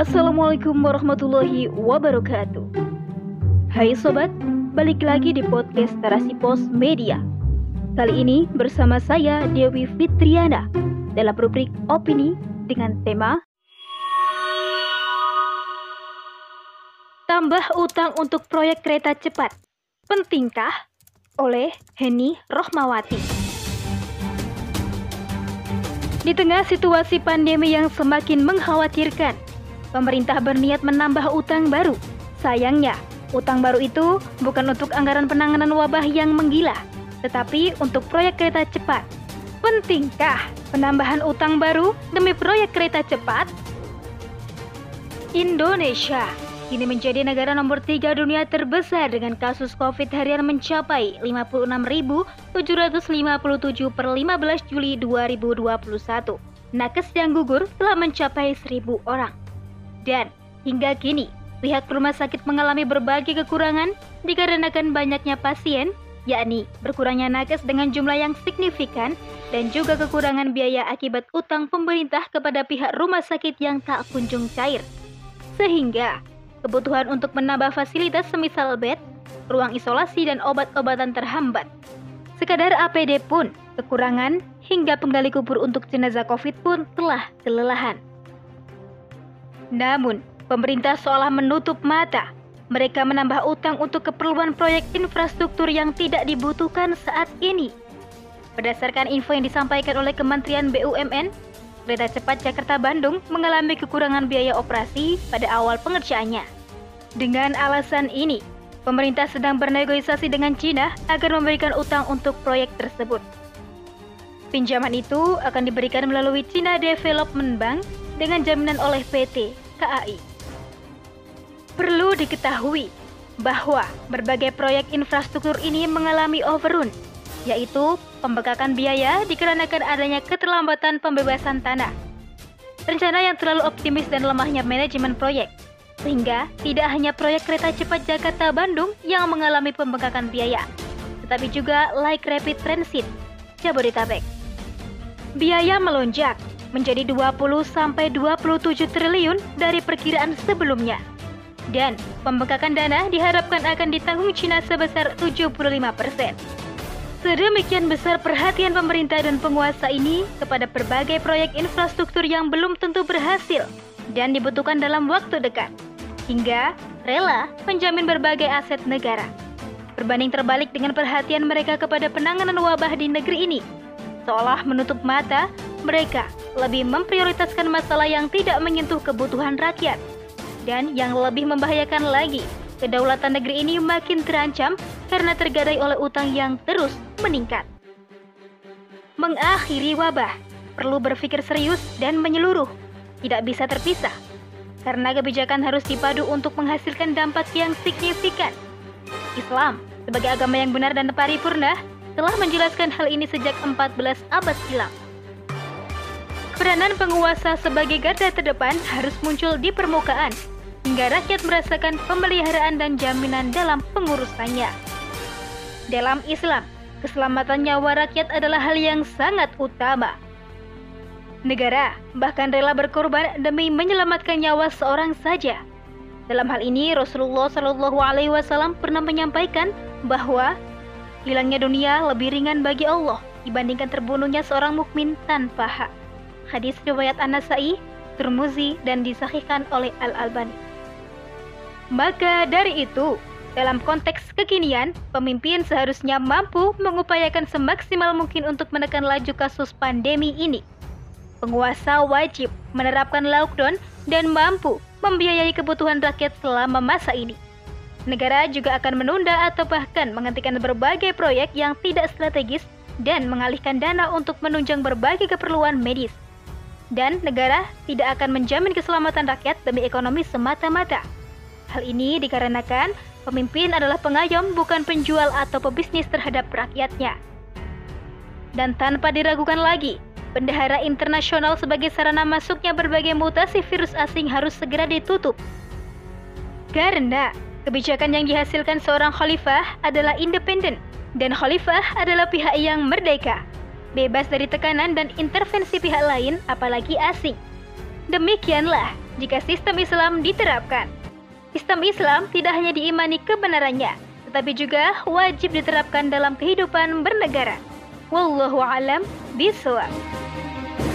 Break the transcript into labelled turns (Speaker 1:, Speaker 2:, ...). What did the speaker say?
Speaker 1: Assalamualaikum warahmatullahi wabarakatuh. Hai sobat, balik lagi di podcast Narasi Pos Media. Kali ini bersama saya Dewi Fitriana dalam rubrik opini dengan tema Tambah utang untuk proyek kereta cepat, pentingkah? Oleh Heni Rohmawati. Di tengah situasi pandemi yang semakin mengkhawatirkan, pemerintah berniat menambah utang baru. Sayangnya, utang baru itu bukan untuk anggaran penanganan wabah yang menggila, tetapi untuk proyek kereta cepat. Pentingkah penambahan utang baru demi proyek kereta cepat? Indonesia kini menjadi negara nomor 3 dunia terbesar dengan kasus COVID harian mencapai 56.757 per 15 Juli 2021. Nakes yang gugur telah mencapai 1.000 orang. Dan hingga kini, pihak rumah sakit mengalami berbagai kekurangan dikarenakan banyaknya pasien, yakni berkurangnya nakes dengan jumlah yang signifikan dan juga kekurangan biaya akibat utang pemerintah kepada pihak rumah sakit yang tak kunjung cair. Sehingga kebutuhan untuk menambah fasilitas semisal bed, ruang isolasi dan obat-obatan terhambat. Sekadar APD pun kekurangan hingga penggali kubur untuk jenazah COVID pun telah kelelahan. Namun, pemerintah seolah menutup mata. Mereka menambah utang untuk keperluan proyek infrastruktur yang tidak dibutuhkan saat ini. Berdasarkan info yang disampaikan oleh Kementerian BUMN, kereta cepat Jakarta-Bandung mengalami kekurangan biaya operasi pada awal pengerjaannya. Dengan alasan ini, pemerintah sedang bernegosiasi dengan Cina agar memberikan utang untuk proyek tersebut. Pinjaman itu akan diberikan melalui China Development Bank dengan jaminan oleh PT KAI. Perlu diketahui bahwa berbagai proyek infrastruktur ini mengalami overrun, yaitu pembengkakan biaya dikarenakan adanya keterlambatan pembebasan tanah, rencana yang terlalu optimis dan lemahnya manajemen proyek, sehingga tidak hanya proyek kereta cepat Jakarta-Bandung yang mengalami pembengkakan biaya, tetapi juga Light Rapid Transit Jabodetabek. Biaya melonjak menjadi 20-27 triliun dari perkiraan sebelumnya, dan pembengkakan dana diharapkan akan ditanggung Cina sebesar 75%. Sedemikian besar perhatian pemerintah dan penguasa ini kepada berbagai proyek infrastruktur yang belum tentu berhasil dan dibutuhkan dalam waktu dekat, hingga rela menjamin berbagai aset negara. Berbanding terbalik dengan perhatian mereka kepada penanganan wabah di negeri ini, seolah menutup mata, mereka lebih memprioritaskan masalah yang tidak menyentuh kebutuhan rakyat. Dan yang lebih membahayakan lagi, kedaulatan negeri ini makin terancam karena tergadai oleh utang yang terus meningkat. Mengakhiri wabah perlu berpikir serius dan menyeluruh, tidak bisa terpisah, karena kebijakan harus dipadu untuk menghasilkan dampak yang signifikan. Islam, sebagai agama yang benar dan paripurna, telah menjelaskan hal ini sejak 14 abad silam. Peranan penguasa sebagai garda terdepan harus muncul di permukaan, hingga rakyat merasakan pemeliharaan dan jaminan dalam pengurusannya. Dalam Islam, keselamatan nyawa rakyat adalah hal yang sangat utama. Negara bahkan rela berkorban demi menyelamatkan nyawa seorang saja. Dalam hal ini, Rasulullah SAW pernah menyampaikan bahwa hilangnya dunia lebih ringan bagi Allah dibandingkan terbunuhnya seorang mukmin tanpa hak. Hadis riwayat An-Nasa'i, Tirmizi dan disahihkan oleh Al-Albani. Maka dari itu, dalam konteks kekinian, pemimpin seharusnya mampu mengupayakan semaksimal mungkin untuk menekan laju kasus pandemi ini. Penguasa wajib menerapkan lockdown dan mampu membiayai kebutuhan rakyat selama masa ini. Negara juga akan menunda atau bahkan menghentikan berbagai proyek yang tidak strategis dan mengalihkan dana untuk menunjang berbagai keperluan medis. Dan negara tidak akan menjamin keselamatan rakyat demi ekonomi semata-mata. Hal ini dikarenakan pemimpin adalah pengayom, bukan penjual atau pebisnis terhadap rakyatnya. Dan tanpa diragukan lagi, bendahara internasional sebagai sarana masuknya berbagai mutasi virus asing harus segera ditutup. Karena kebijakan yang dihasilkan seorang khalifah adalah independen, dan khalifah adalah pihak yang merdeka, bebas dari tekanan dan intervensi pihak lain, apalagi asing. Demikianlah jika sistem Islam diterapkan. Sistem Islam tidak hanya diimani kebenarannya, tetapi juga wajib diterapkan dalam kehidupan bernegara. Wallahu a'lam bishawab.